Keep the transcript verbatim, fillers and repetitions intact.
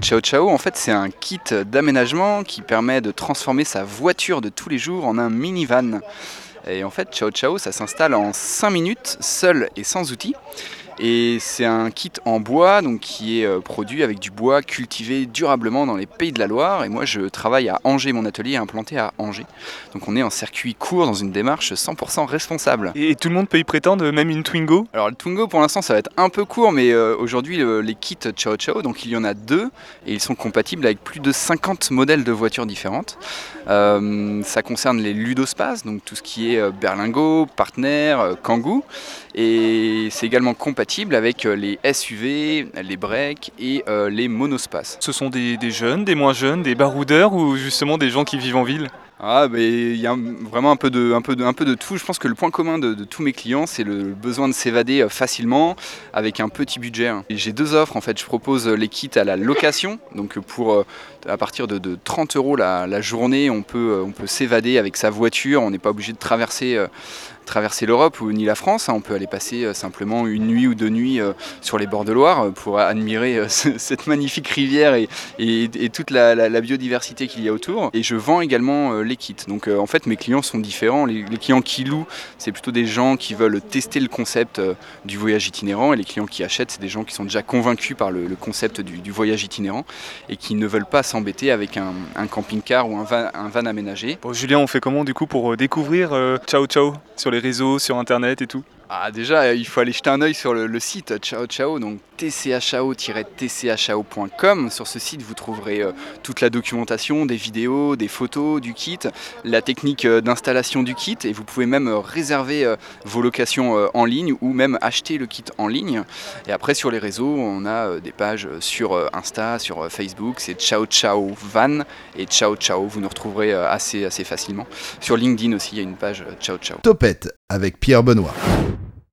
Ciao Ciao, en fait, c'est un kit d'aménagement qui permet de transformer sa voiture de tous les jours en un minivan. Et en fait, Ciao Ciao, ça s'installe en cinq minutes, seul et sans outils. Et c'est un kit en bois donc, qui est euh, produit avec du bois cultivé durablement dans les Pays de la Loire. Et moi, je travaille à Angers, mon atelier est implanté à Angers. Donc on est en circuit court dans une démarche cent pour cent responsable. Et tout le monde peut y prétendre, même une Twingo? Alors le Twingo pour l'instant ça va être un peu court, mais euh, aujourd'hui le- les kits Ciao Ciao, donc il y en a deux et ils sont compatibles avec plus de cinquante modèles de voitures différentes. Euh, ça concerne les ludospaces, donc tout ce qui est euh, berlingot, partner, euh, kangoo, et c'est également compatible avec euh, les S U V, les breaks et euh, les monospaces. Ce sont des, des jeunes, des moins jeunes, des baroudeurs ou justement des gens qui vivent en ville? Ah, mais il y a vraiment un peu de, un peu de, un peu de tout. Je pense que le point commun de, de tous mes clients, c'est le besoin de s'évader euh, facilement avec un petit budget. Et j'ai deux offres en fait. Je propose les kits à la location, donc pour euh, à partir de, de trente euros la, la journée, on peut, on peut s'évader avec sa voiture. On n'est pas obligé de traverser. Euh, traverser l'Europe ou ni la France, on peut aller passer simplement une nuit ou deux nuits sur les bords de Loire pour admirer cette magnifique rivière et, et, et toute la, la, la biodiversité qu'il y a autour. Et je vends également les kits. Donc en fait mes clients sont différents. Les, les clients qui louent, c'est plutôt des gens qui veulent tester le concept du voyage itinérant, et les clients qui achètent, c'est des gens qui sont déjà convaincus par le, le concept du, du voyage itinérant et qui ne veulent pas s'embêter avec un, un camping-car ou un van, un van aménagé. Bon, Julien, on fait comment du coup pour découvrir euh, Ciao Ciao sur les réseaux, sur internet et tout? Ah, déjà, il faut aller jeter un œil sur le, le site Ciao Ciao, donc t c h a o tiret t c h a o point com. Sur ce site, vous trouverez euh, toute la documentation, des vidéos, des photos du kit, la technique euh, d'installation du kit, et vous pouvez même euh, réserver euh, vos locations euh, en ligne ou même acheter le kit en ligne. Et après, sur les réseaux, on a euh, des pages sur euh, Insta, sur euh, Facebook, c'est Ciao Ciao Van et Ciao Ciao. Vous nous retrouverez euh, assez, assez facilement. Sur LinkedIn aussi, il y a une page euh, Ciao Ciao. Topette avec Pierre Benoît.